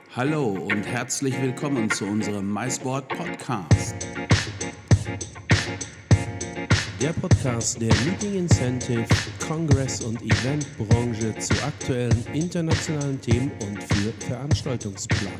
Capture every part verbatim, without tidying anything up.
Hallo und herzlich willkommen zu unserem MySport Podcast. Der Podcast der Meeting Incentive, Kongress- und Eventbranche zu aktuellen internationalen Themen und für Veranstaltungsplaner.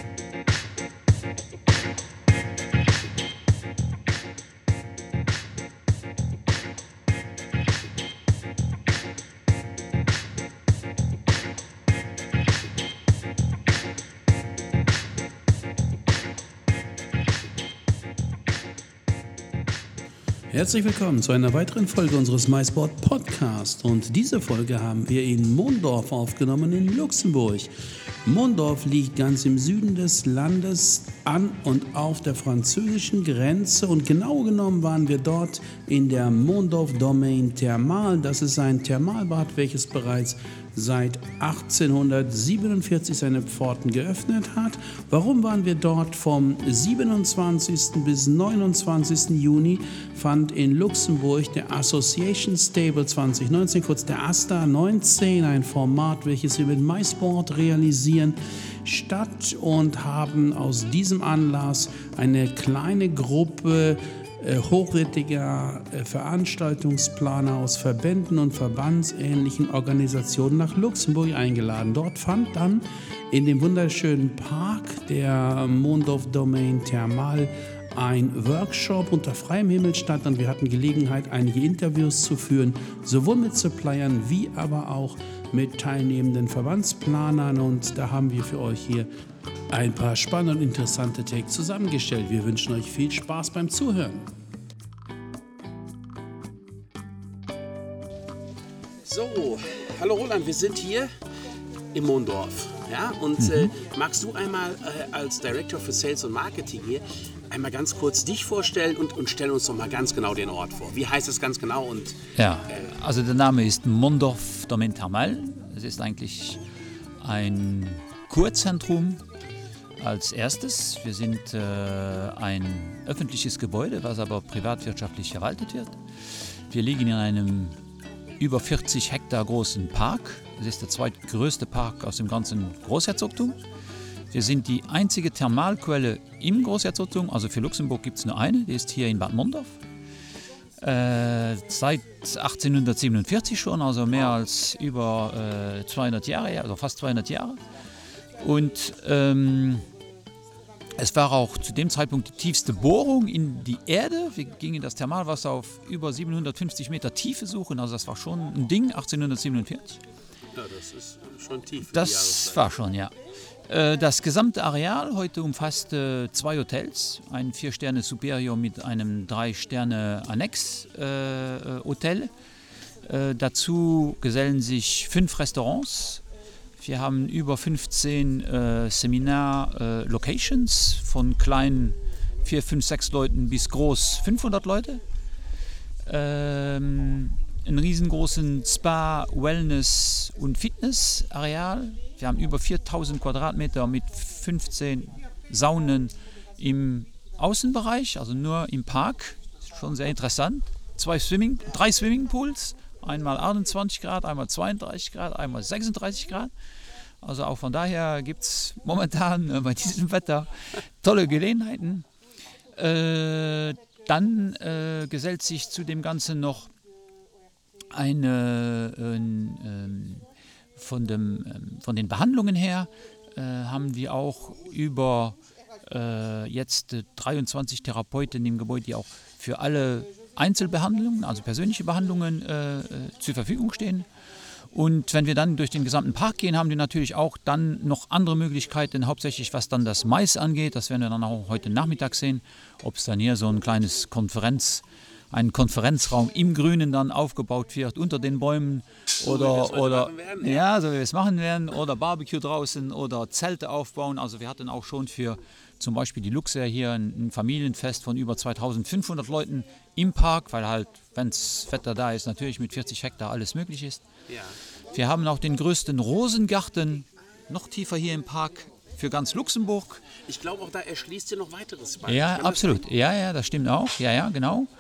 Herzlich willkommen zu einer weiteren Folge unseres MySport Podcast. Und diese Folge haben wir in Mondorf aufgenommen in Luxemburg. Mondorf liegt ganz im Süden des Landes an und auf der französischen Grenze. Und genau genommen waren wir dort in der Mondorf Domaine Thermal. Das ist ein Thermalbad, welches bereits seit achtzehnhundertsiebenundvierzig seine Pforten geöffnet hat. Warum waren wir dort? Vom siebenundzwanzigsten bis neunundzwanzigsten Juni fand in Luxemburg der Association Stable zwanzig neunzehn, kurz der A S T A neunzehn, ein Format, welches wir mit MySport realisieren, statt und haben aus diesem Anlass eine kleine Gruppe hochwertiger Veranstaltungsplaner aus Verbänden und verbandsähnlichen Organisationen nach Luxemburg eingeladen. Dort fand dann in dem wunderschönen Park der Mondorf Domaine Thermal ein Workshop unter freiem Himmel statt und wir hatten Gelegenheit, einige Interviews zu führen, sowohl mit Suppliern wie aber auch mit teilnehmenden Verbandsplanern, und da haben wir für euch hier ein paar spannende und interessante Takes zusammengestellt. Wir wünschen euch viel Spaß beim Zuhören. So, hallo Roland, wir sind hier im Mondorf. Ja? Und mhm. äh, magst du einmal äh, als Director für Sales und Marketing hier einmal ganz kurz dich vorstellen und, und stell uns doch mal ganz genau den Ort vor. Wie heißt es ganz genau? Und, ja, äh, also der Name ist Mondorf Domaine Thermal. Es ist eigentlich ein Kurzentrum als erstes. Wir sind äh, ein öffentliches Gebäude, was aber privatwirtschaftlich verwaltet wird. Wir liegen in einem über vierzig Hektar großen Park. Es ist der zweitgrößte Park aus dem ganzen Großherzogtum. Wir sind die einzige Thermalquelle im Großherzogtum, also für Luxemburg gibt es nur eine, die ist hier in Bad Mondorf. Äh, seit achtzehnhundertsiebenundvierzig schon, also mehr als über äh, zweihundert Jahre, also fast zweihundert Jahre. Und ähm, es war auch zu dem Zeitpunkt die tiefste Bohrung in die Erde. Wir gingen das Thermalwasser auf über siebenhundertfünfzig Meter Tiefe suchen, also das war schon ein Ding, achtzehnhundertsiebenundvierzig. Ja, das ist schon tief. Das war schon, ja. Das gesamte Areal heute umfasst äh, zwei Hotels, ein vier Sterne Superior mit einem drei Sterne Annex äh, Hotel. Äh, dazu gesellen sich fünf Restaurants. Wir haben über fünfzehn äh, Seminar-Locations, äh, von kleinen vier, fünf, sechs Leuten bis groß fünfhundert Leute. Ähm, einen riesengroßen Spa-, Wellness- und Fitness-Areal. Wir haben über viertausend Quadratmeter mit fünfzehn Saunen im Außenbereich, also nur im Park. Schon sehr interessant. Zwei Swimming, drei Swimmingpools, einmal achtundzwanzig Grad, einmal zweiunddreißig Grad, einmal sechsunddreißig Grad. Also auch von daher gibt es momentan äh, bei diesem Wetter tolle Gelegenheiten. Äh, dann äh, gesellt sich zu dem Ganzen noch eine äh, äh, Von, dem, von den Behandlungen her äh, haben wir auch über äh, jetzt äh, dreiundzwanzig Therapeuten im Gebäude, die auch für alle Einzelbehandlungen, also persönliche Behandlungen äh, zur Verfügung stehen. Und wenn wir dann durch den gesamten Park gehen, haben wir natürlich auch dann noch andere Möglichkeiten, hauptsächlich was dann das Mais angeht. Das werden wir dann auch heute Nachmittag sehen, ob es dann hier so ein kleines Konferenz ein Konferenzraum im Grünen dann aufgebaut wird, unter den Bäumen oder, so oder werden, ja, ja, so wie wir es machen werden, oder Barbecue draußen oder Zelte aufbauen. Also wir hatten auch schon für zum Beispiel die Luxer hier ein, ein Familienfest von über zweitausendfünfhundert Leuten im Park, weil halt, wenn das Wetter da ist, natürlich mit vierzig Hektar alles möglich ist. Ja. Wir haben auch den größten Rosengarten noch tiefer hier im Park für ganz Luxemburg. Ich glaube auch, da erschließt ihr noch weiteres Park. Ja, absolut. Ja, ja, das stimmt auch. Ja, ja, genau.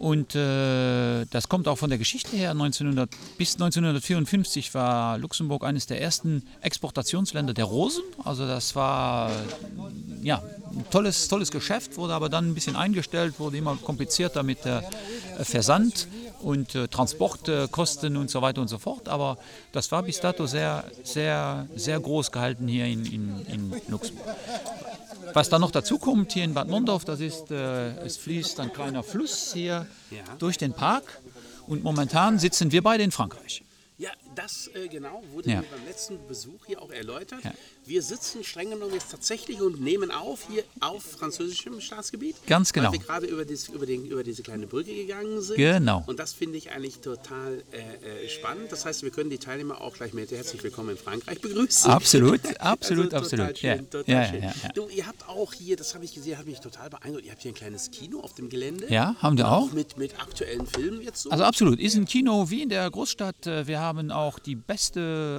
Und äh, das kommt auch von der Geschichte her. neunzehnhundert, bis neunzehnhundertvierundfünfzig war Luxemburg eines der ersten Exportationsländer der Rosen. Also das war ja, ein tolles, tolles Geschäft, wurde aber dann ein bisschen eingestellt, wurde immer komplizierter mit der äh, Versand und äh, Transportkosten und so weiter und so fort. Aber das war bis dato sehr, sehr, sehr groß gehalten hier in, in, in Luxemburg. Was dann noch dazu kommt hier in Bad Mondorf, das ist, äh, es fließt ein kleiner Fluss hier ja. durch den Park und momentan sitzen wir beide in Frankreich. Ja, das äh, genau wurde ja. mir beim letzten Besuch hier auch erläutert. Ja. Wir sitzen streng genommen jetzt tatsächlich und nehmen auf hier auf französischem Staatsgebiet. Ganz genau. Weil wir gerade über, das, über, den, über diese kleine Brücke gegangen sind. Genau. Und das finde ich eigentlich total äh, spannend. Das heißt, wir können die Teilnehmer auch gleich mit herzlich willkommen in Frankreich begrüßen. Absolut, absolut, also, total absolut. Schön, ja. total Ja, schön. ja, ja. Du, ihr habt auch hier, das habe ich gesehen, hat mich total beeindruckt, ihr habt hier ein kleines Kino auf dem Gelände. Ja, haben wir auch. Mit, mit aktuellen Filmen jetzt so. Also absolut, ist ein Kino wie in der Großstadt. Wir haben auch die beste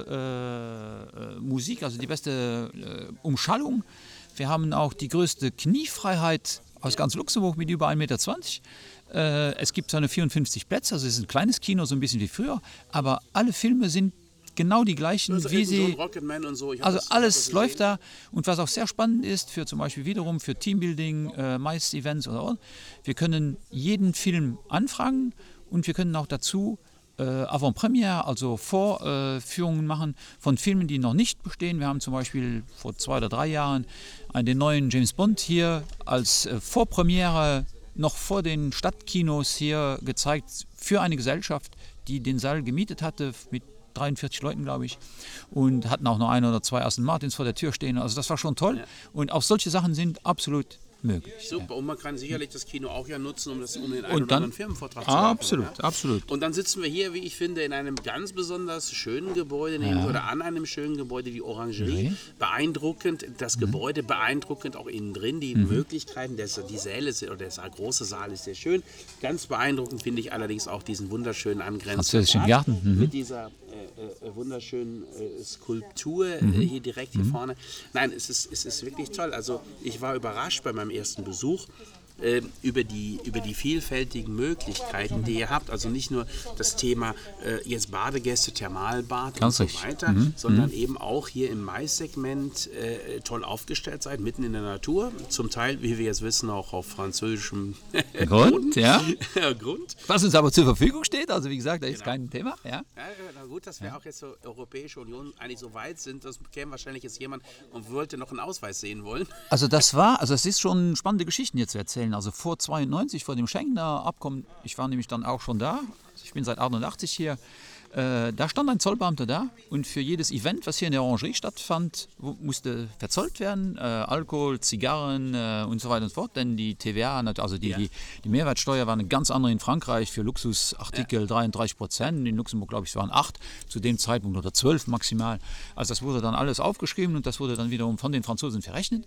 äh, Musik, also die beste äh, Umschallung. Wir haben auch die größte Kniefreiheit aus ganz Luxemburg mit über ein Meter zwanzig. Äh, es gibt so eine vierundfünfzig Plätze, also es ist ein kleines Kino, so ein bisschen wie früher, aber alle Filme sind genau die gleichen, also wie sie... So Rocketman und so. Also das, alles läuft da und was auch sehr spannend ist, für zum Beispiel wiederum für Teambuilding, äh, Mais-Events oder so, wir können jeden Film anfragen und wir können auch dazu äh, Avant-Première, also Vorführungen äh, machen von Filmen, die noch nicht bestehen. Wir haben zum Beispiel vor zwei oder drei Jahren einen, den neuen James Bond hier als äh, Vorpremiere noch vor den Stadtkinos hier gezeigt für eine Gesellschaft, die den Saal gemietet hatte mit dreiundvierzig Leuten, glaube ich, und hatten auch noch ein oder zwei Aston Martins vor der Tür stehen. Also das war schon toll. Ja. Und auch solche Sachen sind absolut möglich. Super, ja. Und man kann sicherlich das Kino auch ja nutzen, um, das, um den einen und oder dann, anderen Firmenvortrag zu machen. Absolut, ja? absolut. Und dann sitzen wir hier, wie ich finde, in einem ganz besonders schönen Gebäude, ja. oder an einem schönen Gebäude, die Orangerie. Mhm. Beeindruckend, das Gebäude mhm. beeindruckend, auch innen drin, die mhm. Möglichkeiten, der, die Säle, oder der große Saal ist sehr schön. Ganz beeindruckend finde ich allerdings auch diesen wunderschönen angrenzenden Garten mhm. mit dieser äh, äh, wunderschönen äh, Skulptur mhm. äh, hier direkt hier mhm. vorne. Nein, es ist, es ist wirklich toll. Also ich war überrascht bei meinem ersten Besuch äh, über, die, über die vielfältigen Möglichkeiten, die ihr habt. Also nicht nur das Thema äh, jetzt Badegäste, Thermalbad Ganz und so weiter, mhm. sondern mhm. eben auch hier im Mais-Segment äh, toll aufgestellt seid, mitten in der Natur. Zum Teil, wie wir jetzt wissen, auch auf französischem Grund. ja. Grund. Was uns aber zur Verfügung steht, also wie gesagt, da ist genau. kein Thema. Ja, ja na gut, dass wir ja. auch jetzt so Europäische Union eigentlich so weit sind, das käme wahrscheinlich jetzt jemand und wollte noch einen Ausweis sehen wollen. Also das war, also es ist schon spannende Geschichten jetzt zu erzählen. Also vor zweiundneunzig, vor dem Schengener Abkommen, ich war nämlich dann auch schon da, ich bin seit achtundachtzig hier, äh, da stand ein Zollbeamter da und für jedes Event, was hier in der Orangerie stattfand, musste verzollt werden, äh, Alkohol, Zigarren äh, und so weiter und so fort, denn die T V A, also die, ja. die, die Mehrwertsteuer war eine ganz andere in Frankreich, für Luxusartikel ja. dreiunddreißig Prozent, in Luxemburg glaube ich es waren acht, zu dem Zeitpunkt oder zwölf maximal. Also das wurde dann alles aufgeschrieben und das wurde dann wiederum von den Franzosen verrechnet.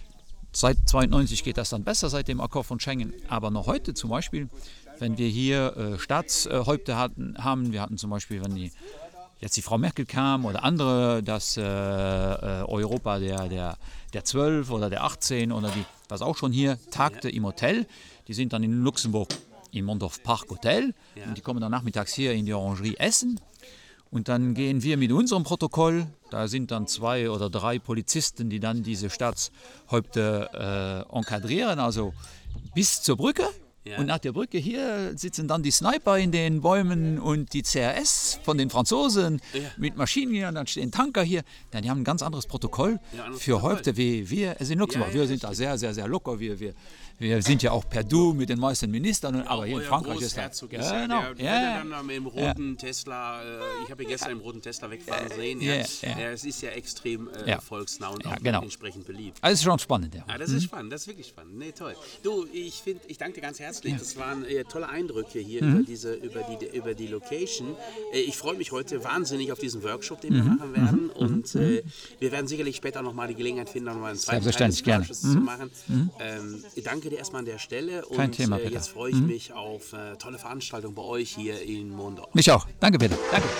Seit zweiundneunzig geht das dann besser, seit dem Akkord von Schengen. Aber noch heute zum Beispiel, wenn wir hier äh, Staatshäupter hatten, haben, wir hatten zum Beispiel, wenn die, jetzt die Frau Merkel kam oder andere, das äh, äh, Europa der, der, der zwölf oder der achtzehn oder die, was auch schon hier tagte im Hotel, die sind dann in Luxemburg im Mondorf Park Hotel ja. und die kommen dann nachmittags hier in die Orangerie essen. Und dann gehen wir mit unserem Protokoll, da sind dann zwei oder drei Polizisten, die dann diese Staatshäupter äh, enkadrieren, also bis zur Brücke. Ja. Und nach der Brücke hier sitzen dann die Sniper in den Bäumen und die C R S von den Franzosen ja. mit Maschinen, dann stehen Tanker hier. Ja, die haben ein ganz anderes Protokoll ja, anderes für Protokoll. Häupter wie wir es in Luxemburg. Ja, ja, wir sind da sehr, sehr, sehr locker. Wir, wir, wir sind ja auch per Du mit den meisten Ministern, ja, aber hier in Frankreich ist das. Genau. Der, der ja. dann mit dem roten ja. Tesla, äh, ich habe ihn gestern im roten Tesla wegfahren sehen. Ja. Ja, ja. Ja, es ist ja extrem äh, ja. volksnah und ja, auch genau. entsprechend beliebt. Also das ist schon spannend. Ja, ja das ist mhm. spannend, das ist wirklich spannend. Nee, toll. Du, ich, find, ich danke dir ganz herzlich. Ja. Das waren äh, tolle Eindrücke hier mhm. über, diese, über, die, über die Location. Äh, ich freue mich heute wahnsinnig auf diesen Workshop, den mhm. wir machen werden. Mhm. Und äh, wir werden sicherlich später noch mal die Gelegenheit finden, noch mal einen zweiten Teil des Workshops zu machen. Mhm. Ähm, ich danke dir erstmal an der Stelle. Und Kein Thema, äh, jetzt freue ich mhm. mich auf äh, tolle Veranstaltungen bei euch hier in Mondorf. Mich auch. Danke, Peter. Danke.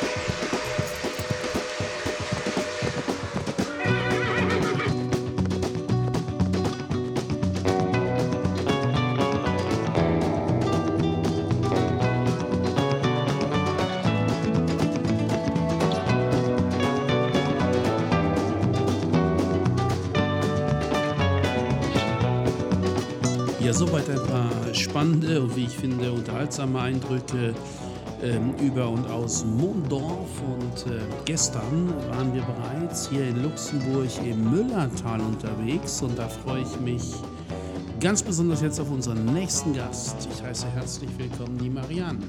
ja soweit ein paar spannende und wie ich finde unterhaltsame Eindrücke ähm, über und aus Mondorf. Und äh, gestern waren wir bereits hier in Luxemburg im Müllertal unterwegs und da freue ich mich ganz besonders jetzt auf unseren nächsten Gast. Ich heiße herzlich willkommen die Marianne.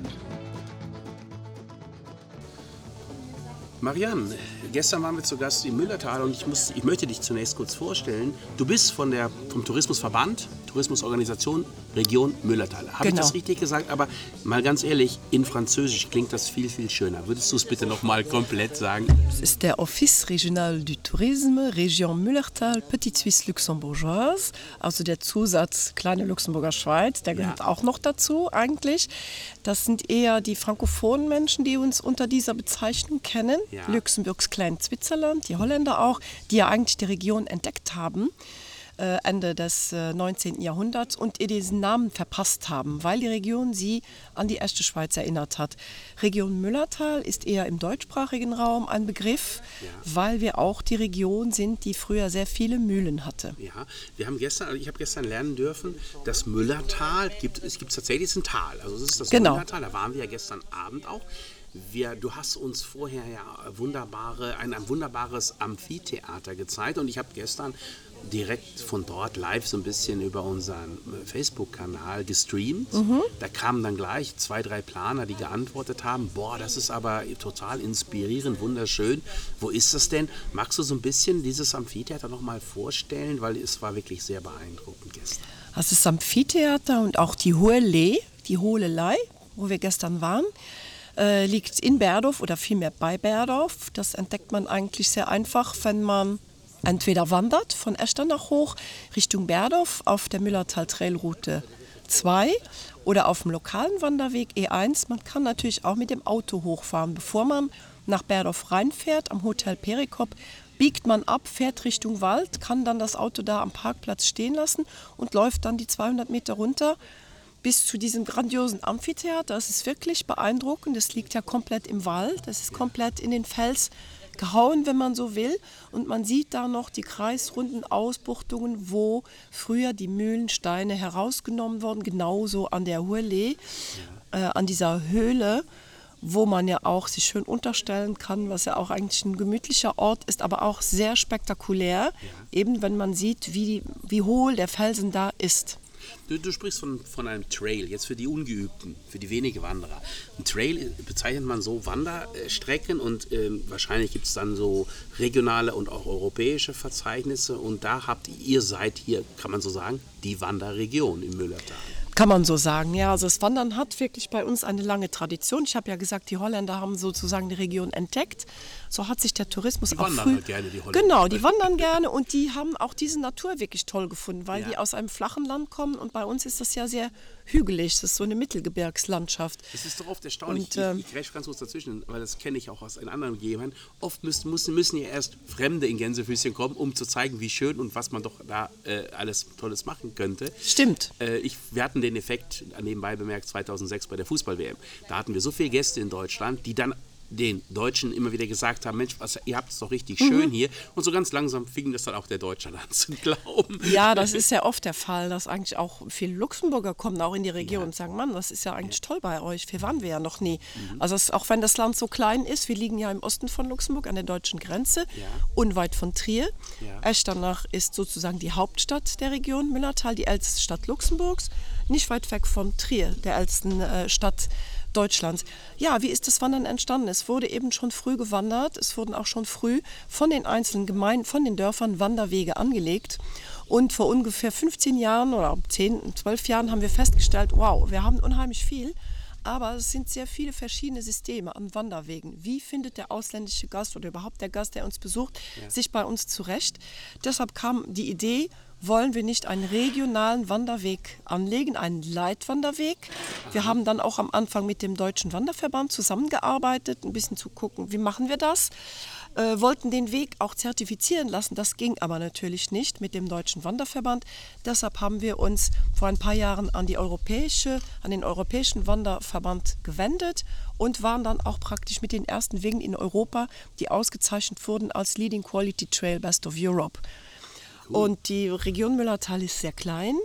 Marianne, gestern waren wir zu Gast im Müllertal und ich, muss, ich möchte dich zunächst kurz vorstellen. Du bist von der, vom Tourismusverband, Tourismusorganisation Region Müllertal. Habe genau. ich das richtig gesagt? Aber mal ganz ehrlich, in Französisch klingt das viel, viel schöner. Würdest du es bitte noch mal komplett sagen? Es ist der Office Régional du Tourisme, Region Müllertal, Petite Suisse Luxembourgeoise, also der Zusatz Kleine Luxemburger Schweiz, der gehört ja. auch noch dazu eigentlich. Das sind eher die frankophonen Menschen, die uns unter dieser Bezeichnung kennen. Ja. Luxemburgs Klein-Switzerland, die Holländer auch, die ja eigentlich die Region entdeckt haben, äh, Ende des äh, neunzehnten Jahrhunderts und ihr diesen Namen verpasst haben, weil die Region sie an die erste Schweiz erinnert hat. Region Müllertal ist eher im deutschsprachigen Raum ein Begriff, ja. weil wir auch die Region sind, die früher sehr viele Mühlen hatte. Ja, wir haben gestern, also ich habe gestern lernen dürfen, das Müllertal gibt es gibt tatsächlich ein Tal. Also es ist das genau. Müllertal, da waren wir ja gestern Abend auch. Wir, du hast uns vorher ja wunderbare, ein, ein wunderbares Amphitheater gezeigt und ich habe gestern direkt von dort live so ein bisschen über unseren Facebook-Kanal gestreamt. Mhm. Da kamen dann gleich zwei, drei Planer, die geantwortet haben, boah, das ist aber total inspirierend, wunderschön. Wo ist das denn? Magst du so ein bisschen dieses Amphitheater noch mal vorstellen? Weil es war wirklich sehr beeindruckend gestern. Das ist das Amphitheater und auch die Hohe Lee, die Hohle Lei, wo wir gestern waren. Äh, liegt in Berdorf oder vielmehr bei Berdorf. Das entdeckt man eigentlich sehr einfach, wenn man entweder wandert von Echternach hoch Richtung Berdorf auf der Müllertal-Trailroute zwei oder auf dem lokalen Wanderweg E eins. Man kann natürlich auch mit dem Auto hochfahren. Bevor man nach Berdorf reinfährt, am Hotel Perikop, biegt man ab, fährt Richtung Wald, kann dann das Auto da am Parkplatz stehen lassen und läuft dann die zweihundert Meter runter bis zu diesem grandiosen Amphitheater. Das ist wirklich beeindruckend. Das liegt ja komplett im Wald. Das ist komplett in den Fels gehauen, wenn man so will. Und man sieht da noch die kreisrunden Ausbuchtungen, wo früher die Mühlensteine herausgenommen wurden. Genauso an der Hohe Lee, äh, an dieser Höhle, wo man ja auch sich schön unterstellen kann, was ja auch eigentlich ein gemütlicher Ort ist, aber auch sehr spektakulär. Ja. Eben wenn man sieht, wie, wie hohl der Felsen da ist. Du, du sprichst von, von einem Trail, jetzt für die Ungeübten, für die wenigen Wanderer. Ein Trail bezeichnet man so Wanderstrecken und ähm, wahrscheinlich gibt es dann so regionale und auch europäische Verzeichnisse und da habt ihr, ihr seid hier, kann man so sagen, die Wanderregion im Müllertal. Kann man so sagen, ja. Also das Wandern hat wirklich bei uns eine lange Tradition. Ich habe ja gesagt, die Holländer haben sozusagen die Region entdeckt. So hat sich der Tourismus die auch wandern früh... halt gerne, die Holländer. Genau, die wandern gerne und die haben auch diese Natur wirklich toll gefunden, weil ja. die aus einem flachen Land kommen und bei uns ist das ja sehr hügelig. Das ist so eine Mittelgebirgslandschaft. Das ist doch oft erstaunlich. Und, äh, ich ich grätsche ganz kurz dazwischen, weil das kenne ich auch aus einem anderen Gegenden. Oft müssen, müssen, müssen ja erst Fremde in Gänsefüßchen kommen, um zu zeigen, wie schön und was man doch da äh, alles Tolles machen könnte. Stimmt. Äh, ich, wir hatten den Effekt, nebenbei bemerkt, zweitausendsechs bei der Fußball-W M. Da hatten wir so viele Gäste in Deutschland, die dann den Deutschen immer wieder gesagt haben, Mensch, was, ihr habt es doch richtig schön mhm. hier. Und so ganz langsam fing das dann auch der Deutschen an zu glauben. Ja, das ist ja oft der Fall, dass eigentlich auch viele Luxemburger kommen auch in die Region ja. und sagen, Mann, das ist ja eigentlich ja. toll bei euch. Wir waren wir ja noch nie. Mhm. Also es, auch wenn das Land so klein ist, wir liegen ja im Osten von Luxemburg an der deutschen Grenze, ja. unweit von Trier. Ja. Echternach ist sozusagen die Hauptstadt der Region Müllertal, die älteste Stadt Luxemburgs, nicht weit weg von Trier, der ältesten äh, Stadt Deutschlands. Ja, wie ist das Wandern entstanden? Es wurde eben schon früh gewandert. Es wurden auch schon früh von den einzelnen Gemeinden, von den Dörfern Wanderwege angelegt. Und vor ungefähr fünfzehn Jahren oder zehn, zwölf Jahren haben wir festgestellt, wow, wir haben unheimlich viel. Aber es sind sehr viele verschiedene Systeme an Wanderwegen. Wie findet der ausländische Gast oder überhaupt der Gast, der uns besucht, ja. sich bei uns zurecht? Deshalb kam die Idee, wollen wir nicht einen regionalen Wanderweg anlegen, einen Leitwanderweg. Wir haben dann auch am Anfang mit dem Deutschen Wanderverband zusammengearbeitet, ein bisschen zu gucken, wie machen wir das. Äh, wollten den Weg auch zertifizieren lassen, das ging aber natürlich nicht mit dem Deutschen Wanderverband. Deshalb haben wir uns vor ein paar Jahren an, die europäische, an den Europäischen Wanderverband gewendet und waren dann auch praktisch mit den ersten Wegen in Europa, die ausgezeichnet wurden als Leading Quality Trail Best of Europe. Und die Region Müllertal ist sehr klein.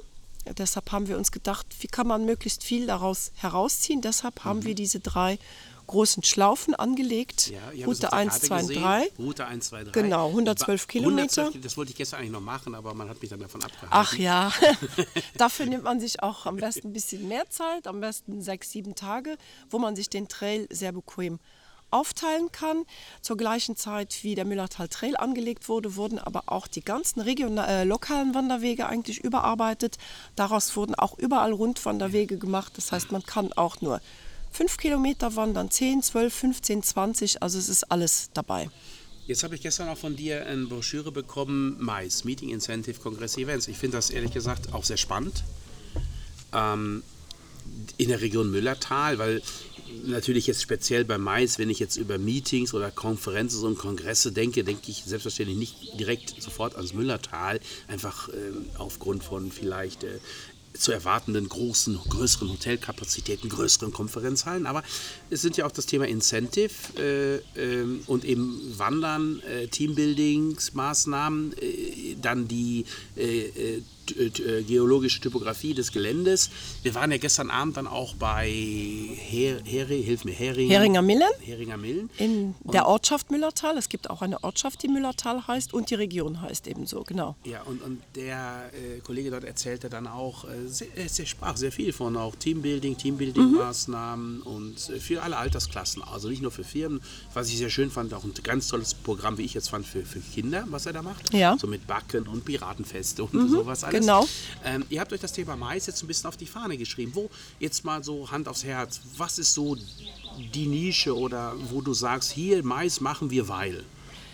Deshalb haben wir uns gedacht, wie kann man möglichst viel daraus herausziehen. Deshalb haben mhm. wir diese drei großen Schlaufen angelegt. Ja, Route eins, zwei und drei. Route eins, zwei, drei. Genau, hundertzwölf Kilometer. hundertzwölf, das wollte ich gestern eigentlich noch machen, aber man hat mich dann davon abgehalten. Ach ja, dafür nimmt man sich auch am besten ein bisschen mehr Zeit, am besten sechs, sieben Tage, wo man sich den Trail sehr bequem aufteilen kann. Zur gleichen Zeit, wie der Müllertal Trail angelegt wurde, wurden aber auch die ganzen regionalen, äh, lokalen Wanderwege eigentlich überarbeitet. Daraus wurden auch überall Rundwanderwege gemacht. Das heißt, man kann auch nur fünf Kilometer wandern, zehn, zwölf, fünfzehn, zwanzig, also es ist alles dabei. Jetzt habe ich gestern auch von dir eine Broschüre bekommen, M I C E, Meeting Incentive Congress Events. Ich finde das ehrlich gesagt auch sehr spannend. Ähm, in der Region Müllertal, weil natürlich jetzt speziell bei M I C E, wenn ich jetzt über Meetings oder Konferenzen und Kongresse denke, denke ich selbstverständlich nicht direkt sofort ans Müllertal, einfach äh, aufgrund von vielleicht äh, zu erwartenden großen, größeren Hotelkapazitäten, größeren Konferenzhallen. Aber es sind ja auch das Thema Incentive äh, äh, und eben Wandern, äh, Teambuildingsmaßnahmen, äh, dann die äh, t- t- geologische Typografie des Geländes. Wir waren ja gestern Abend dann auch bei Her- Heri, hilf mir, Hering, Heringer Millen. Heringer Millen. In und der Ortschaft Müllertal. Es gibt auch eine Ortschaft, die Müllertal heißt und die Region heißt ebenso, genau. Ja, und, und der äh, Kollege dort erzählte dann auch, äh, sehr, sehr sprach sehr viel von auch Teambuilding, Teambuilding-Maßnahmen mhm. und äh, für alle Altersklassen, also nicht nur für Firmen, was ich sehr schön fand, auch ein ganz tolles Programm, wie ich jetzt fand, für, für Kinder, was er da macht, ja. so mit Backen und Piratenfeste und mhm, sowas alles. Genau. Ähm, ihr habt euch das Thema M I C E jetzt ein bisschen auf die Fahne geschrieben. Wo, jetzt mal so Hand aufs Herz, was ist so die Nische oder wo du sagst, hier M I C E machen wir, weil?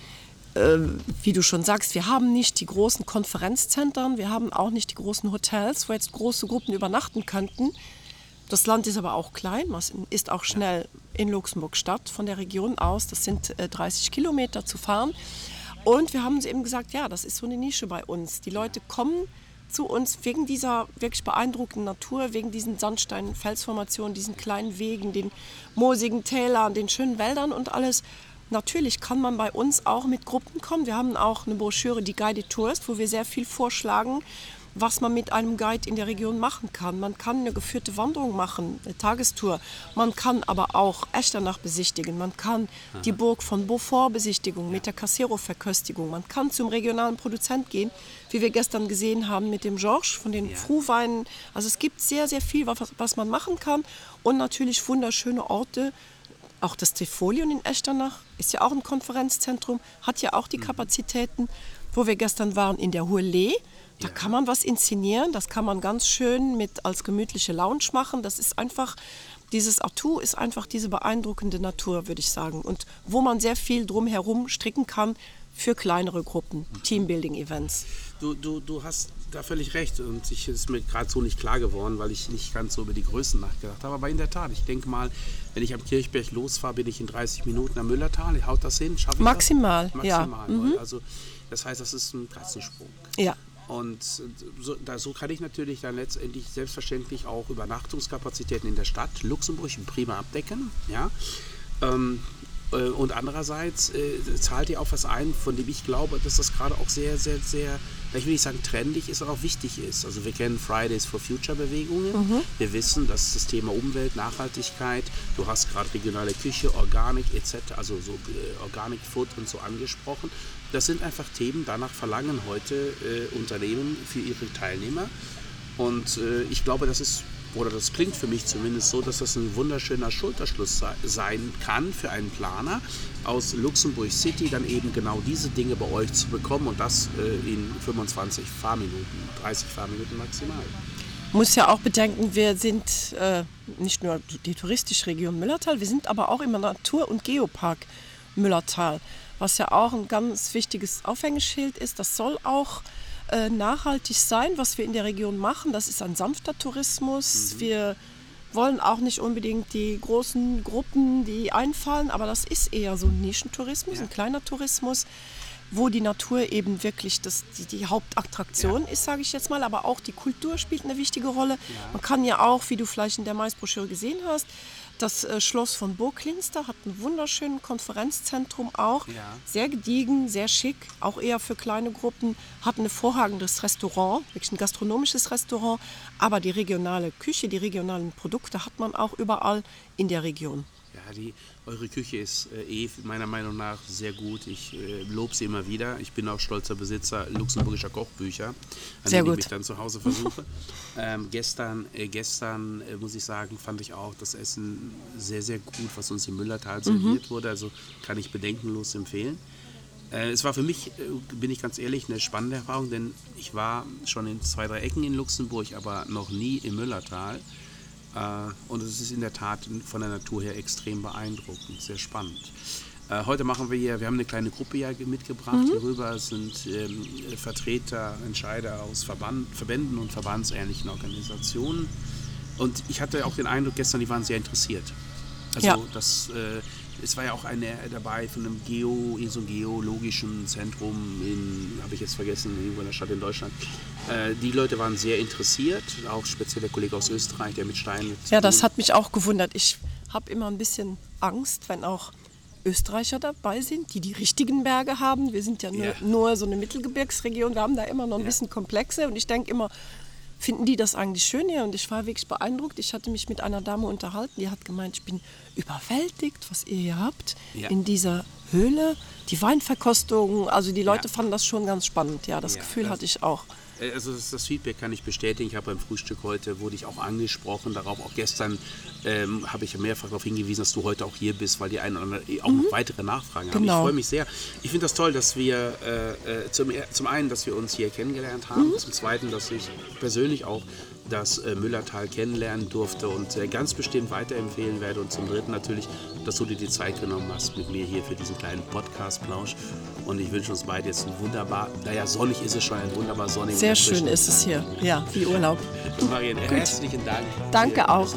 Wie du schon sagst, wir haben nicht die großen Konferenzzentren, wir haben auch nicht die großen Hotels, wo jetzt große Gruppen übernachten könnten. Das Land ist aber auch klein, man ist auch schnell in Luxemburg-Stadt von der Region aus. Das sind äh, dreißig Kilometer zu fahren. Und wir haben uns eben gesagt, ja, das ist so eine Nische bei uns. Die Leute kommen zu uns wegen dieser wirklich beeindruckenden Natur, wegen diesen Sandsteinen, Felsformationen, diesen kleinen Wegen, den moosigen Tälern, den schönen Wäldern und alles. Natürlich kann man bei uns auch mit Gruppen kommen. Wir haben auch eine Broschüre, die Guided Tours, wo wir sehr viel vorschlagen, was man mit einem Guide in der Region machen kann. Man kann eine geführte Wanderung machen, eine Tagestour. Man kann aber auch Echternach besichtigen. Man kann Aha. die Burg von Beaufort besichtigen mit der Casero-Verköstigung. Man kann zum regionalen Produzent gehen, wie wir gestern gesehen haben mit dem Georges von den ja. Fruhweinen. Also es gibt sehr, sehr viel, was, was man machen kann und natürlich wunderschöne Orte. Auch das Trifolion in Echternach ist ja auch ein Konferenzzentrum, hat ja auch die Kapazitäten, wo wir gestern waren in der Hohe Lee. Da ja. kann man was inszenieren, das kann man ganz schön mit als gemütliche Lounge machen. Das ist einfach, dieses Atout ist einfach diese beeindruckende Natur, würde ich sagen. Und wo man sehr viel drumherum stricken kann für kleinere Gruppen, mhm. Teambuilding-Events. Du, du, du hast da völlig recht und ich ist mir gerade so nicht klar geworden, weil ich nicht ganz so über die Größen nachgedacht habe. Aber in der Tat, ich denke mal, wenn ich am Kirchberg losfahre, bin ich in dreißig Minuten am Müllertal. Haut das hin? Schaffe ich Maximal, das? ja. Maximal, mhm. Also das heißt, das ist ein Katzensprung. Ja. Und so, da, so kann ich natürlich dann letztendlich selbstverständlich auch Übernachtungskapazitäten in der Stadt Luxemburg prima abdecken. Ja. Ähm, Und andererseits äh, zahlt ihr auch was ein, von dem ich glaube, dass das gerade auch sehr, sehr, sehr, ich will nicht sagen trendig ist, aber auch wichtig ist. Also wir kennen Fridays for Future Bewegungen. Mhm. Wir wissen, dass das Thema Umwelt, Nachhaltigkeit, du hast gerade regionale Küche, Organic et cetera, also so äh, Organic Food und so angesprochen. Das sind einfach Themen, danach verlangen heute äh, Unternehmen für ihre Teilnehmer. Und äh, ich glaube, das ist Oder das klingt für mich zumindest so, dass das ein wunderschöner Schulterschluss sein kann für einen Planer aus Luxemburg City, dann eben genau diese Dinge bei euch zu bekommen und das äh, in fünfundzwanzig Fahrminuten, dreißig Fahrminuten maximal. Muss ja auch bedenken, wir sind äh, nicht nur die touristische Region Müllertal, wir sind aber auch im Natur- und Geopark Müllertal, was ja auch ein ganz wichtiges Aushängeschild ist. Das soll auch nachhaltig sein, was wir in der Region machen. Das ist ein sanfter Tourismus. Mhm. Wir wollen auch nicht unbedingt die großen Gruppen, die einfallen, aber das ist eher so ein Nischentourismus, ja. ein kleiner Tourismus, wo die Natur eben wirklich das, die, die Hauptattraktion ja. ist, sage ich jetzt mal, aber auch die Kultur spielt eine wichtige Rolle. Ja. Man kann ja auch, wie du vielleicht in der M I C E-Broschüre gesehen hast, Das äh, Schloss von Burgklinster hat ein wunderschönes Konferenzzentrum auch. Ja. Sehr gediegen, sehr schick, auch eher für kleine Gruppen. Hat ein hervorragendes Restaurant, wirklich ein gastronomisches Restaurant. Aber die regionale Küche, die regionalen Produkte hat man auch überall in der Region. Ja, die, eure Küche ist äh, eh meiner Meinung nach sehr gut. Ich äh, lobe sie immer wieder. Ich bin auch stolzer Besitzer luxemburgischer Kochbücher, an sehr denen gut. ich mich dann zu Hause versuche. ähm, gestern äh, gestern äh, muss ich sagen, fand ich auch das Essen sehr, sehr gut, was uns im Müllertal serviert mhm. wurde. Also kann ich bedenkenlos empfehlen. Äh, es war für mich, äh, bin ich ganz ehrlich, eine spannende Erfahrung, denn ich war schon in zwei, drei Ecken in Luxemburg, aber noch nie im Müllertal. Uh, und es ist in der Tat von der Natur her extrem beeindruckend, sehr spannend. Uh, heute machen wir hier, wir haben eine kleine Gruppe ja mitgebracht mhm. hierüber. Es sind ähm, Vertreter, Entscheider aus Verband, Verbänden und verbandsähnlichen Organisationen. Und ich hatte auch den Eindruck gestern, die waren sehr interessiert. Also ja. das, äh, es war ja auch eine dabei von einem Geo, in so einem geologischen Zentrum in, habe ich jetzt vergessen, irgendwo in der Stadt in Deutschland. Äh, die Leute waren sehr interessiert, auch speziell der Kollege aus Österreich, der mit Steinen... Ja, das hat mich auch gewundert. Ich habe immer ein bisschen Angst, wenn auch Österreicher dabei sind, die die richtigen Berge haben. Wir sind ja nur, ja. nur so eine Mittelgebirgsregion, wir haben da immer noch ein ja. bisschen Komplexe und ich denke immer, finden die das eigentlich schön hier? Und ich war wirklich beeindruckt. Ich hatte mich mit einer Dame unterhalten, die hat gemeint, ich bin überwältigt, was ihr hier habt ja. in dieser Höhle. Die Weinverkostung, also die Leute ja. fanden das schon ganz spannend. Ja, das ja, Gefühl das hatte ich auch. Also das, das Feedback kann ich bestätigen. Ich habe beim Frühstück heute, wurde ich auch angesprochen darauf. Auch gestern ähm, habe ich mehrfach darauf hingewiesen, dass du heute auch hier bist, weil die einen oder anderen auch mhm. noch weitere Nachfragen haben. Genau. Ich freue mich sehr. Ich finde das toll, dass wir äh, zum, zum einen, dass wir uns hier kennengelernt haben, mhm. zum zweiten, dass ich persönlich auch das äh, Müllertal kennenlernen durfte und äh, ganz bestimmt weiterempfehlen werde. Und zum dritten natürlich, dass du dir die Zeit genommen hast mit mir hier für diesen kleinen Podcast-Plausch. Und ich wünsche uns beide jetzt ein wunderbar, naja, sonnig ist es schon, ein wunderbar sonniger Sehr schön ist es hier, ja, wie Urlaub. Marianne, herzlichen Dank. Danke auch.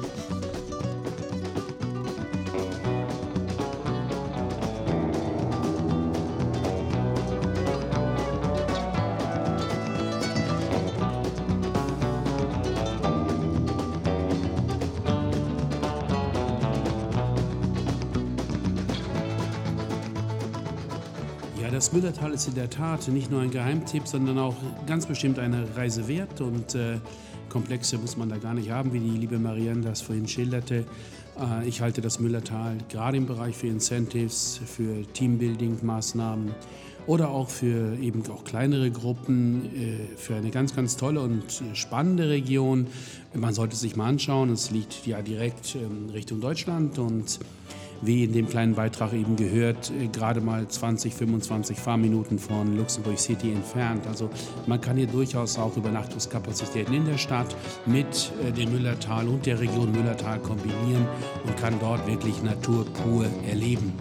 Das Müllertal ist in der Tat nicht nur ein Geheimtipp, sondern auch ganz bestimmt eine Reise wert. Und äh, Komplexe muss man da gar nicht haben, wie die liebe Marianne das vorhin schilderte. Äh, ich halte das Müllertal gerade im Bereich für Incentives, für Teambuilding-Maßnahmen oder auch für eben auch kleinere Gruppen, äh, für eine ganz, ganz tolle und spannende Region. Man sollte es sich mal anschauen. Es liegt ja direkt ähm, Richtung Deutschland und wie in dem kleinen Beitrag eben gehört, gerade mal zwanzig, fünfundzwanzig Fahrminuten von Luxemburg City entfernt. Also man kann hier durchaus auch Übernachtungskapazitäten in der Stadt mit dem Müllertal und der Region Müllertal kombinieren und kann dort wirklich Natur pur erleben.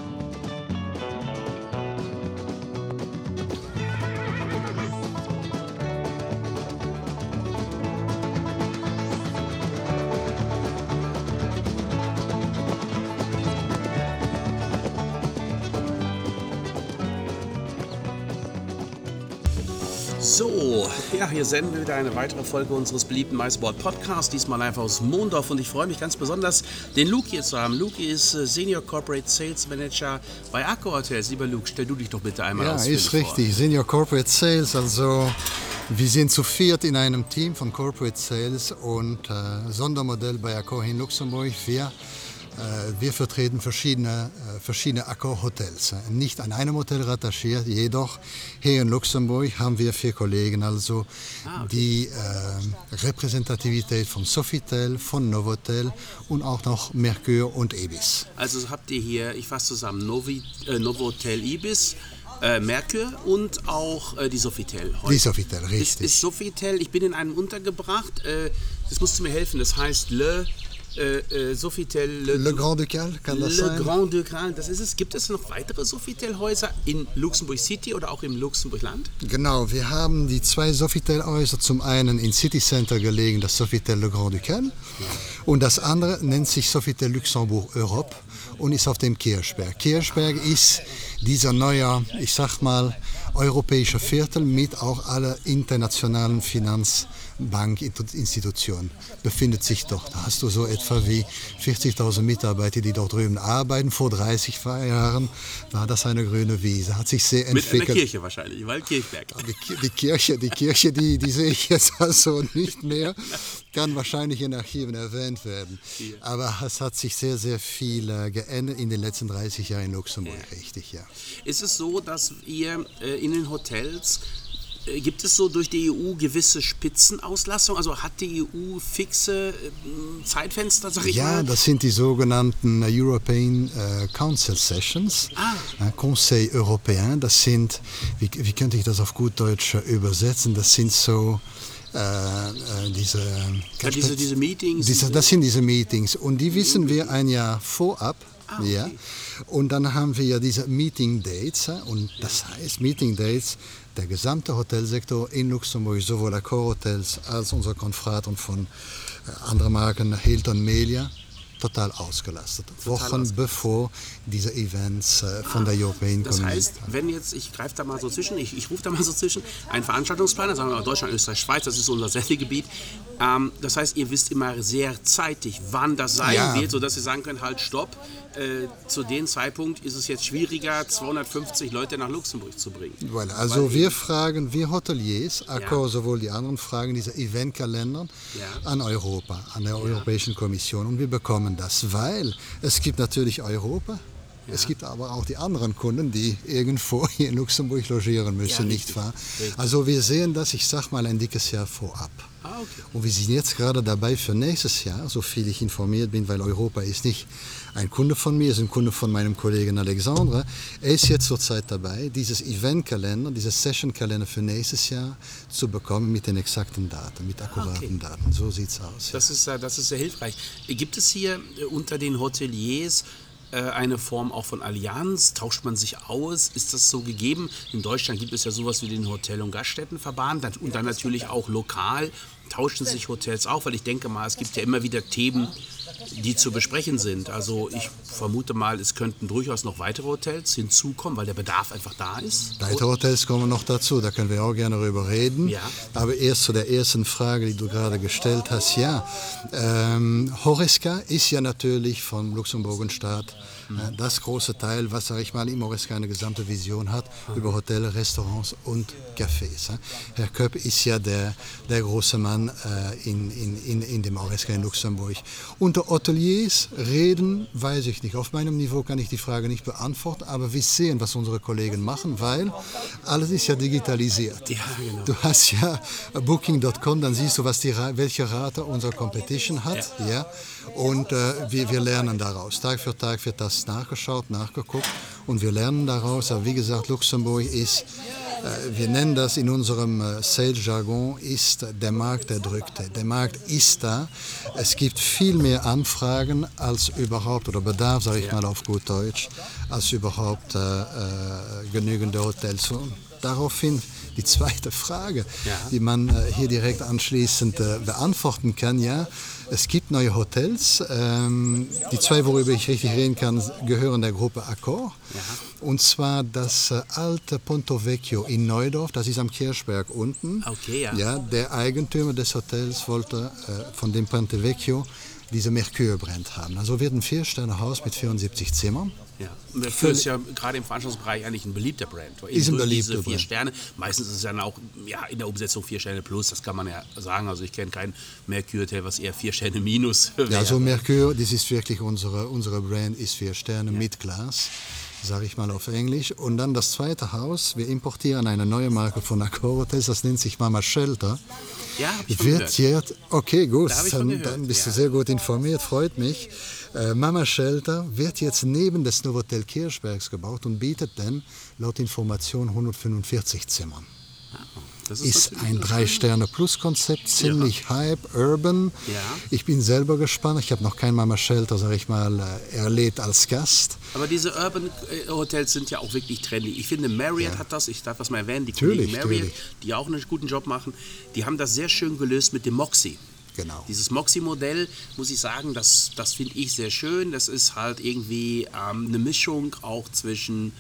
So, ja, hier senden wir wieder eine weitere Folge unseres beliebten MySport Podcasts, diesmal live aus Mondorf und ich freue mich ganz besonders, den Luke hier zu haben. Luke ist Senior Corporate Sales Manager bei Accor Hotels. Lieber Luke, stell du dich doch bitte einmal aus. Ja, ist richtig. Vor. Senior Corporate Sales, also wir sind zu viert in einem Team von Corporate Sales und äh, Sondermodell bei Accor in Luxemburg. Wir Wir vertreten verschiedene, verschiedene Accor-Hotels. Nicht an einem Hotel rattachiert, jedoch hier in Luxemburg haben wir vier Kollegen, also ah, okay. die äh, Repräsentativität von Sofitel, von Novotel und auch noch Mercure und Ibis. Also habt ihr hier, ich fasse zusammen, Novi, äh, Novotel Ibis, äh, Mercure und auch äh, die Sofitel heute. Die Sofitel, richtig. Ist, ist Sofitel, ich bin in einem untergebracht, äh, das musst du mir helfen, das heißt Le... Äh, äh, Sofitel Le, Le Grand Ducal, kann das Le sein? Le Grand Ducal, das ist es. Gibt es noch weitere Sofitel-Häuser in Luxemburg City oder auch im Luxemburg-Land? Genau, wir haben die zwei Sofitel-Häuser, zum einen im City Center gelegen, das Sofitel Le Grand Ducal, ja. Und das andere nennt sich Sofitel Luxembourg Europe und ist auf dem Kirchberg. Kirchberg ist dieser neue, ich sag mal, europäische Viertel mit auch alle internationalen Finanzbankinstitutionen befindet sich dort. Da hast du so etwa wie vierzigtausend Mitarbeiter, die dort drüben arbeiten. Vor dreißig Jahren war das eine grüne Wiese, hat sich sehr entwickelt. Mit einer Kirche wahrscheinlich, Waldkirchberg. Die, die Kirche, die Kirche, die, die sehe ich jetzt also nicht mehr, kann wahrscheinlich in Archiven erwähnt werden. Aber es hat sich sehr, sehr viel äh, geändert in den letzten dreißig Jahren in Luxemburg, ja. Richtig, ja. Ist es so, dass ihr äh, in den Hotels, äh, gibt es so durch die E U gewisse Spitzenauslastung? Also hat die E U fixe äh, Zeitfenster, sag ich ja, mal? Ja, das sind die sogenannten uh, European uh, Council Sessions, ah. uh, Conseil Européen. Das sind, wie, wie könnte ich das auf gut Deutsch uh, übersetzen, das sind so... Äh, äh, diese, ja, diese, diese Meetings. Diese, das sind diese Meetings und die wissen wir ein Jahr vorab. Ah, okay. Ja. Und dann haben wir ja diese Meeting Dates und das heißt Meeting Dates, der gesamte Hotelsektor in Luxemburg, sowohl Accor Hotels als unsere Konfraten von äh, anderen Marken, Hilton, Melia, total ausgelastet. Total Wochen ausgelastet. Bevor diese Events äh, von ah, der European Das Community. heißt, wenn jetzt, ich greife da mal so zwischen, ich, ich rufe da mal so zwischen, ein Veranstaltungsplaner, sagen wir mal Deutschland, Österreich, Schweiz, das ist unser Sendegebiet. Ähm, das heißt, ihr wisst immer sehr zeitig, wann das sein ja. wird, sodass ihr sagen könnt, halt stopp, äh, zu dem Zeitpunkt ist es jetzt schwieriger, zweihundertfünfzig Leute nach Luxemburg zu bringen. Voilà, also Weil wir fragen, wir Hoteliers, Accor, ja. sowohl die anderen, fragen diese Eventkalender ja. an Europa, an der ja. Europäischen Kommission und wir bekommen das, weil es gibt natürlich Europa, ja. es gibt aber auch die anderen Kunden, die irgendwo hier in Luxemburg logieren müssen, ja, nicht wahr? Richtig. Also wir sehen das, ich sag mal, ein dickes Jahr vorab. Ah, okay. Und wir sind jetzt gerade dabei für nächstes Jahr, so viel ich informiert bin, weil Europa ist nicht ein Kunde von mir, ist ein Kunde von meinem Kollegen Alexandre. Er ist jetzt zurzeit dabei, dieses Eventkalender, dieses Sessionkalender für nächstes Jahr zu bekommen mit den exakten Daten, mit akkuraten okay. Daten. So sieht es aus. Das, ja. ist, das ist sehr hilfreich. Gibt es hier unter den Hoteliers eine Form auch von Allianz? Tauscht man sich aus? Ist das so gegeben? In Deutschland gibt es ja sowas wie den Hotel- und Gaststättenverband und dann natürlich auch lokal tauschen sich Hotels auf, weil ich denke mal, es gibt ja immer wieder Themen, die zu besprechen sind. Also ich vermute mal, es könnten durchaus noch weitere Hotels hinzukommen, weil der Bedarf einfach da ist. Weitere Hotels kommen noch dazu, da können wir auch gerne darüber reden. Ja. Aber erst zu der ersten Frage, die du gerade gestellt hast. Ja, ähm, Horeca ist ja natürlich vom Luxemburgenstaat mhm. das große Teil, was, sage ich mal, im Horeca eine gesamte Vision hat mhm. über Hotels, Restaurants und Cafés. Herr Köpp ist ja der, der große Mann äh, in, in, in, in dem Horeca in Luxemburg. Unter Hoteliers reden, weiß ich nicht. Auf meinem Niveau kann ich die Frage nicht beantworten, aber wir sehen, was unsere Kollegen machen, weil alles ist ja digitalisiert. Ja, genau. Du hast ja Booking Punkt com, dann siehst du, was die, welche Rate unsere Competition hat. Ja. Ja? Und äh, wir, wir lernen daraus. Tag für Tag wird das nachgeschaut, nachgeguckt und wir lernen daraus. Aber wie gesagt, Luxemburg ist, äh, wir nennen das in unserem äh, Sales-Jargon, ist der Markt der Drückte. Der Markt ist da. Es gibt viel mehr Anfragen als überhaupt, oder Bedarf, sage ich mal auf gut Deutsch, als überhaupt äh, äh, genügende Hotels. Und daraufhin die zweite Frage, ja. die man äh, hier direkt anschließend äh, beantworten kann. Ja, es gibt neue Hotels. Ähm, die zwei, worüber ich richtig reden kann, gehören der Gruppe Accor. Ja. Und zwar das äh, alte Ponto Vecchio in Neudorf, das ist am Kirchberg unten. Okay, ja. Ja, der Eigentümer des Hotels wollte äh, von dem Ponto Vecchio diese Mercure-Brand haben. Also wird ein Vier-Sterne-Haus mit vierundsiebzig Zimmern. Ja. Mercure ist ja gerade im Veranstaltungsbereich eigentlich ein beliebter Brand. Ist ein beliebter diese vier Brand. Sterne. Meistens ist es dann auch ja, in der Umsetzung vier Sterne plus, das kann man ja sagen. Also ich kenne kein Mercure-Hotel, was eher vier Sterne minus wäre. Ja, also Mercure, das ist wirklich unsere, unsere Brand, ist vier Sterne ja. mit Glas, sage ich mal auf Englisch. Und dann das zweite Haus, wir importieren eine neue Marke von Accor Hotels, das nennt sich Mama Shelter. Ja, hab ich wird jetzt, okay, gut, da dann, dann bist ja. du sehr gut informiert, freut mich. Äh, Mama Shelter wird jetzt neben des Novotel Kirchbergs gebaut und bietet dann laut Information hundertfünfundvierzig Zimmern. Ah, das ist, ist ein Drei-Sterne-Plus-Konzept, ziemlich ja. hype, urban. Ja. Ich bin selber gespannt, ich habe noch kein Mama Shelter, sage ich mal, erlebt als Gast. Aber diese Urban Hotels sind ja auch wirklich trendy. Ich finde, Marriott ja. hat das, ich darf das mal erwähnen, die natürlich, Kollegen Marriott, natürlich. die auch einen guten Job machen, die haben das sehr schön gelöst mit dem Moxie. Genau. Dieses Moxie-Modell, muss ich sagen, das, das finde ich sehr schön. Das ist halt irgendwie ähm, eine Mischung auch zwischen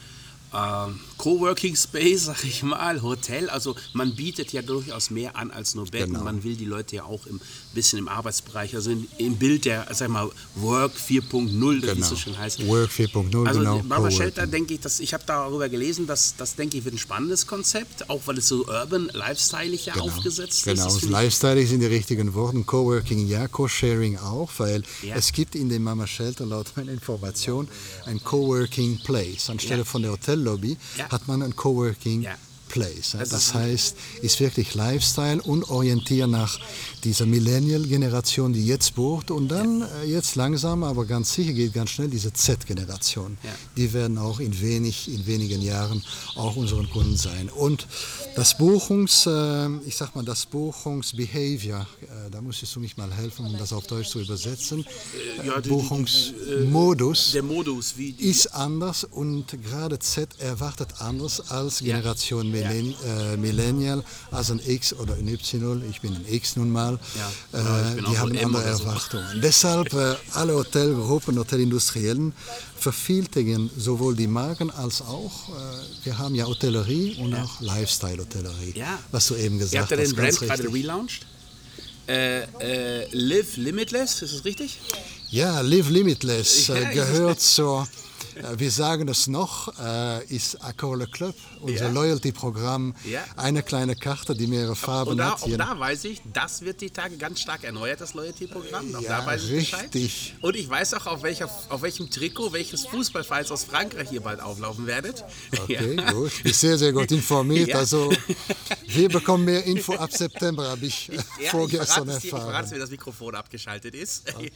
Ähm, Coworking Space, sag ich mal, Hotel, also man bietet ja durchaus mehr an als nur Betten. Genau. Man will die Leute ja auch ein bisschen im Arbeitsbereich, also in, im Bild der, sag mal, Work vier Punkt null, genau. wie es so schön heißt. Work vier Punkt null, also genau. Mama Shelter, denke ich, dass, ich habe darüber gelesen, dass das, denke ich, wird ein spannendes Konzept, auch weil es so urban, lifestyleig ja genau. aufgesetzt genau. ist. Genau, lifestyleig sind die richtigen Worte. Coworking ja, Co-Sharing auch, weil ja. es gibt in dem Mama Shelter laut meiner Information ein Coworking Place. Anstelle ja. von der Hotellobby ja. hat man ein Coworking ja. Place. Das, das heißt, ist wirklich Lifestyle und orientiert nach dieser Millennial-Generation, die jetzt bucht und dann ja. jetzt langsam, aber ganz sicher geht ganz schnell diese Z-Generation. Ja. Die werden auch in, wenig, in wenigen Jahren auch unseren Kunden sein. Und das Buchungs, ich sag mal, das Buchungsbehavior, da musstest du mich mal helfen, um das auf Deutsch zu übersetzen. Ja, die, Buchungsmodus der Modus, wie die ist anders und gerade Z erwartet anders als Generation ja. Millennial, äh, Millennial, als ein X oder ein Y. Ich bin ein X nun mal. Ja, äh, die haben andere Erwartungen. So. Deshalb äh, alle Hotelgruppen, Hotelindustriellen vervielfältigen sowohl die Marken als auch, äh, wir haben ja Hotellerie und ja. auch Lifestyle-Hotellerie, ja. was du eben gesagt hast. Ihr habt ja den Brand gerade relaunched. Äh, äh, Live Limitless, ist das richtig? Ja, Live Limitless äh, gehört zur... Wir sagen es noch, äh, ist Accor Le Club, unser ja. Loyalty-Programm, ja. eine kleine Karte, die mehrere Farben und da, hat. Auch da weiß ich, das wird die Tage ganz stark erneuert, das Loyalty-Programm. Auch ja, da weiß ich richtig. Bescheid. Und ich weiß auch, auf, welcher, auf welchem Trikot, welches Fußballvereins aus Frankreich ihr bald auflaufen werdet. Okay, ja. gut. Ich bin sehr, sehr gut informiert. Ja. Also, wir bekommen mehr Info ab September, habe ich ich ja, vorgestern ich erfahren. Ich verrate es, wie das Mikrofon abgeschaltet ist. Okay.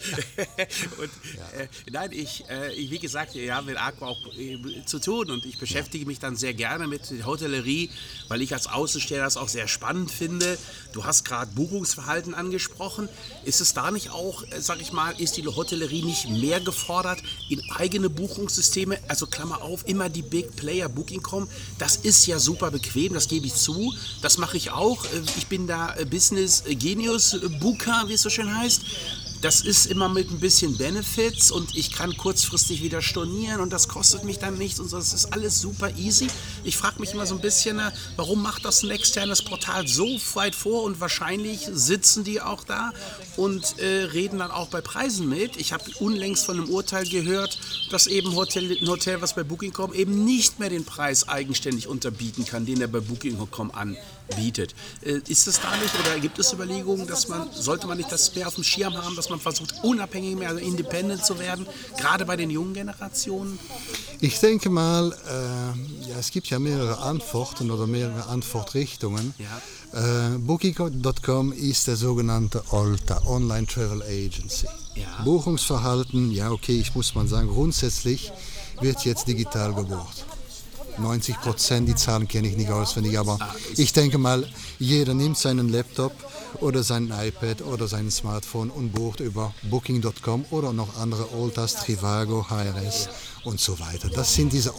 und, ja. äh, nein, ich, äh, ich, wie gesagt, ja, mit Accor auch zu tun und ich beschäftige mich dann sehr gerne mit der Hotellerie, weil ich als Außenstehender das auch sehr spannend finde. Du hast gerade Buchungsverhalten angesprochen. Ist es da nicht auch, sag ich mal, ist die Hotellerie nicht mehr gefordert in eigene Buchungssysteme, also Klammer auf, immer die Big Player Booking Punkt com, das ist ja super bequem, das gebe ich zu, das mache ich auch. Ich bin da Business Genius Booker, wie es so schön heißt. Das ist immer mit ein bisschen Benefits und ich kann kurzfristig wieder stornieren und das kostet mich dann nichts und so. Das ist alles super easy. Ich frage mich immer so ein bisschen, warum macht das ein externes Portal so weit vor und wahrscheinlich sitzen die auch da und äh, reden dann auch bei Preisen mit. Ich habe unlängst von einem Urteil gehört, dass eben Hotel, ein Hotel, was bei Booking Punkt com eben nicht mehr den Preis eigenständig unterbieten kann, den er bei Booking Punkt com anbietet. Äh, ist das da nicht oder gibt es Überlegungen, dass man, sollte man nicht das mehr auf dem Schirm haben, dass man versucht, unabhängig mehr, also independent zu werden, gerade bei den jungen Generationen? Ich denke mal, äh, ja, es gibt ja mehrere Antworten oder mehrere Antwortrichtungen. Ja. Äh, Booking Punkt com ist der sogenannte O L T A, Online Travel Agency. Ja. Buchungsverhalten, ja okay, ich muss mal sagen, grundsätzlich wird jetzt digital gebucht. neunzig Prozent, die Zahlen kenne ich nicht auswendig, aber ah, ich denke mal, jeder nimmt seinen Laptop oder sein iPad oder sein Smartphone und bucht über Booking Punkt com oder noch andere O L T As, Trivago, H R S und so weiter. Das sind diese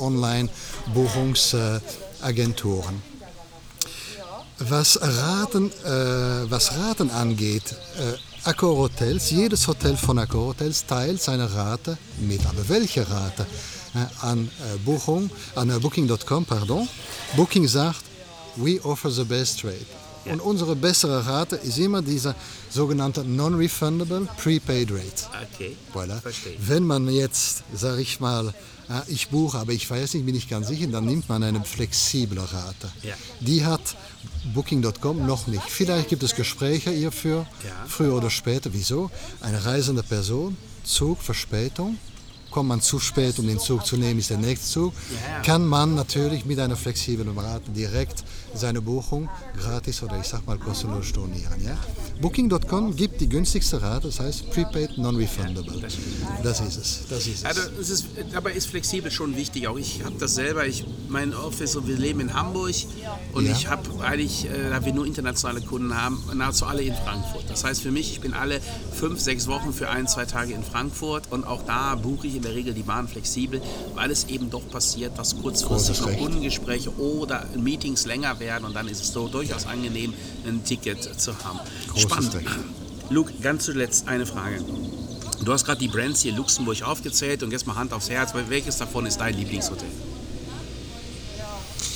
Online-Buchungsagenturen. Was Raten, äh, was Raten angeht, äh, Accor Hotels, jedes Hotel von Accor Hotels teilt seine Rate mit. Aber welche Rate? An, äh, Buchung, an äh, Booking Punkt com, pardon. Booking sagt, we offer the best rate. Ja. Und unsere bessere Rate ist immer diese sogenannte non-refundable prepaid rate. Okay, voilà. Verstehe. Wenn man jetzt, sage ich mal, äh, ich buche, aber ich weiß nicht, bin ich ganz sicher, dann nimmt man eine flexible Rate. Ja. Die hat Booking Punkt com noch nicht. Vielleicht gibt es Gespräche hierfür, ja. früher oder später. Wieso? Eine reisende Person, Zug, Verspätung. Kommt man zu spät, um den Zug zu nehmen, ist der nächste Zug, yeah. kann man natürlich mit einer flexiblen Rate direkt seine Buchung gratis oder ich sag mal kostenlos stornieren. Ja? Booking Punkt com gibt die günstigste Rate, das heißt Prepaid Non-Refundable. Ja, das, das ist es. Das ist es. Also, es ist, dabei ist flexibel schon wichtig. Auch ich habe das selber, ich, mein Office und wir leben in Hamburg und ja. ich habe eigentlich, äh, da wir nur internationale Kunden haben, nahezu alle in Frankfurt. Das heißt für mich, ich bin alle fünf, sechs Wochen für ein, zwei Tage in Frankfurt und auch da buche ich in der Regel die Bahn flexibel, weil es eben doch passiert, dass kurzfristig noch Kundengespräche oder Meetings länger werden und dann ist es so durchaus angenehm, ein Ticket zu haben. Großes Spannend. Recht. Luke, ganz zuletzt eine Frage. Du hast gerade die Brands hier in Luxemburg aufgezählt und jetzt mal Hand aufs Herz, welches davon ist dein Lieblingshotel?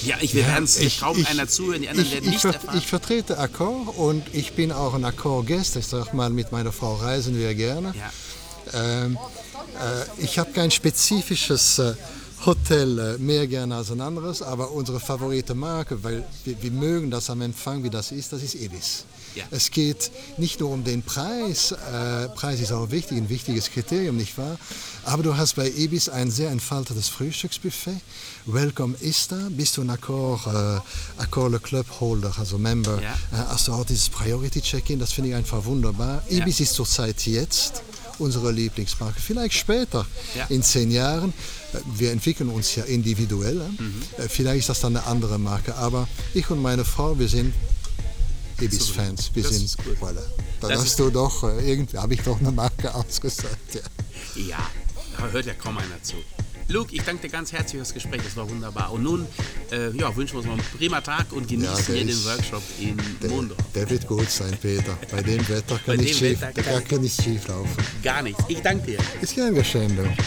Ja, ich, wir Ja, werden es ich- kaum ich- einer zuhören, die anderen Ich, werden ich, nicht ver erfahren. ich vertrete Accor und ich bin auch ein Accor-Gast. Ich sag mal, mit meiner Frau reisen wir gerne. Ja. Ähm, äh, ich habe kein spezifisches äh, Hotel äh, mehr gerne als ein anderes, aber unsere favorite Marke, weil wir, wir mögen das am Empfang, wie das ist, das ist Ibis. Ja. Es geht nicht nur um den Preis, äh, Preis ist auch wichtig, ein wichtiges Kriterium, nicht wahr? Aber du hast bei Ibis ein sehr entfaltetes Frühstücksbuffet. Welcome ist da, bist du ein Accor, äh, Accor Le Club Holder, also Member, Ja. äh, hast du auch dieses Priority Check-in, das finde ich einfach wunderbar. Ja. Ibis ist zurzeit jetzt unsere Lieblingsmarke. Vielleicht später, Ja. in zehn Jahren. Äh, Wir entwickeln uns ja individuell. Mhm. Äh, Vielleicht ist das dann eine andere Marke. Aber ich und meine Frau, wir sind Ibis-Fans. Wir Das sind, ist gut. voilà. Dann Das hast ist- du doch, äh, irgendwie habe ich doch eine Marke ausgesagt. Ja. Ja, da hört ja kaum einer zu. Luke, ich danke dir ganz herzlich für das Gespräch, das war wunderbar. Und nun äh, ja, wünschen wir uns noch einen prima Tag und genießen der hier den ist- Workshop in Der, Mondorf. der wird gut sein, Peter. Bei dem Wetter Bei kann nicht dem schief, Wetter da kann- kann nichts schief laufen. Gar nichts. Ich danke dir. Ist gern geschehen, du.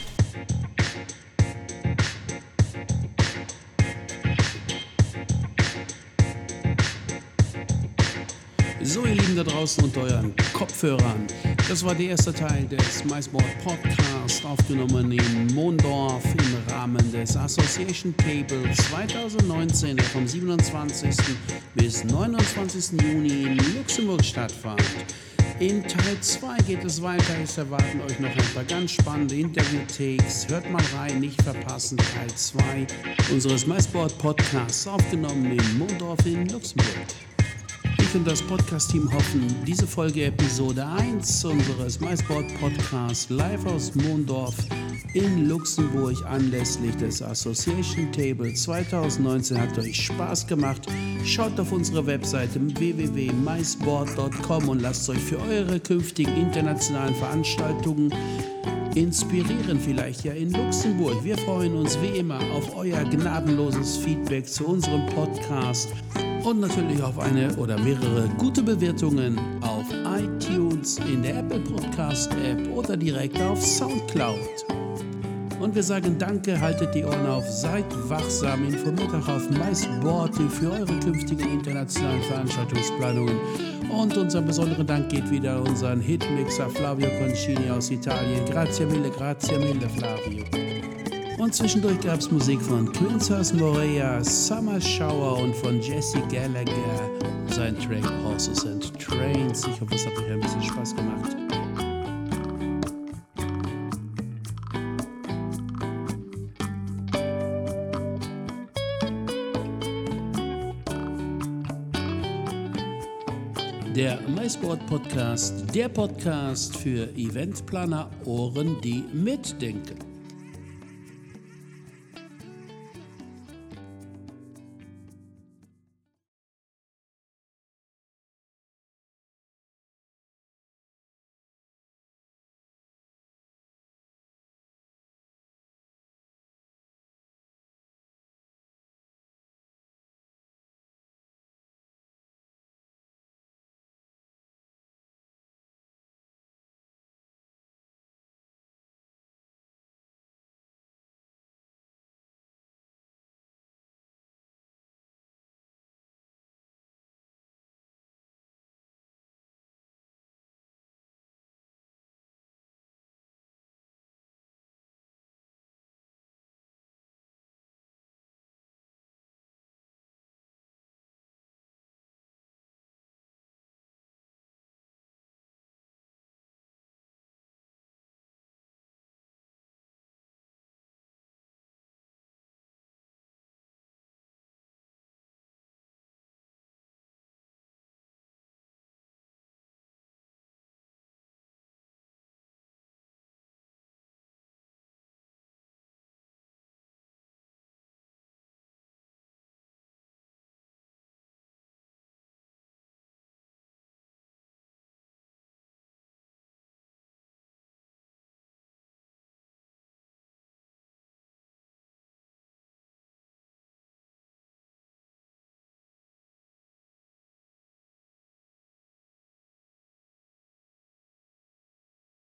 So, ihr Lieben da draußen unter euren Kopfhörern, das war der erste Teil des MySport Podcast, aufgenommen in Mondorf im Rahmen des Association Table zwanzig neunzehn, der vom siebenundzwanzigsten bis neunundzwanzigsten Juni in Luxemburg stattfand. In Teil zwei geht es weiter, es erwarten euch noch ein paar ganz spannende Interview-Takes. Hört mal rein, nicht verpassen, Teil zwei unseres MySport Podcasts, aufgenommen in Mondorf in Luxemburg. Ich und das Podcast-Team hoffen, diese Folge Episode eins unseres MySport Podcasts live aus Mondorf in Luxemburg anlässlich des Association Table zwanzig neunzehn hat euch Spaß gemacht. Schaut auf unsere Webseite w w w punkt mysport punkt com und lasst euch für eure künftigen internationalen Veranstaltungen inspirieren, vielleicht ja in Luxemburg. Wir freuen uns wie immer auf euer gnadenloses Feedback zu unserem Podcast und natürlich auf eine oder mehrere gute Bewertungen auf iTunes, in der Apple Podcast App oder direkt auf Soundcloud. Und wir sagen Danke, haltet die Ohren auf, seid wachsam, informiert auch auf MySport für eure künftigen internationalen Veranstaltungsplanungen. Und unser besonderer Dank geht wieder an unseren Hitmixer Flavio Concini aus Italien. Grazie mille, grazie mille, Flavio. Und zwischendurch gab es Musik von Princess Morea, Summer Shower und von Jesse Gallagher, sein Track Horses and Trains. Ich hoffe, es hat euch ein bisschen Spaß gemacht. Der MySport Podcast, der Podcast für Eventplaner Ohren, die mitdenken.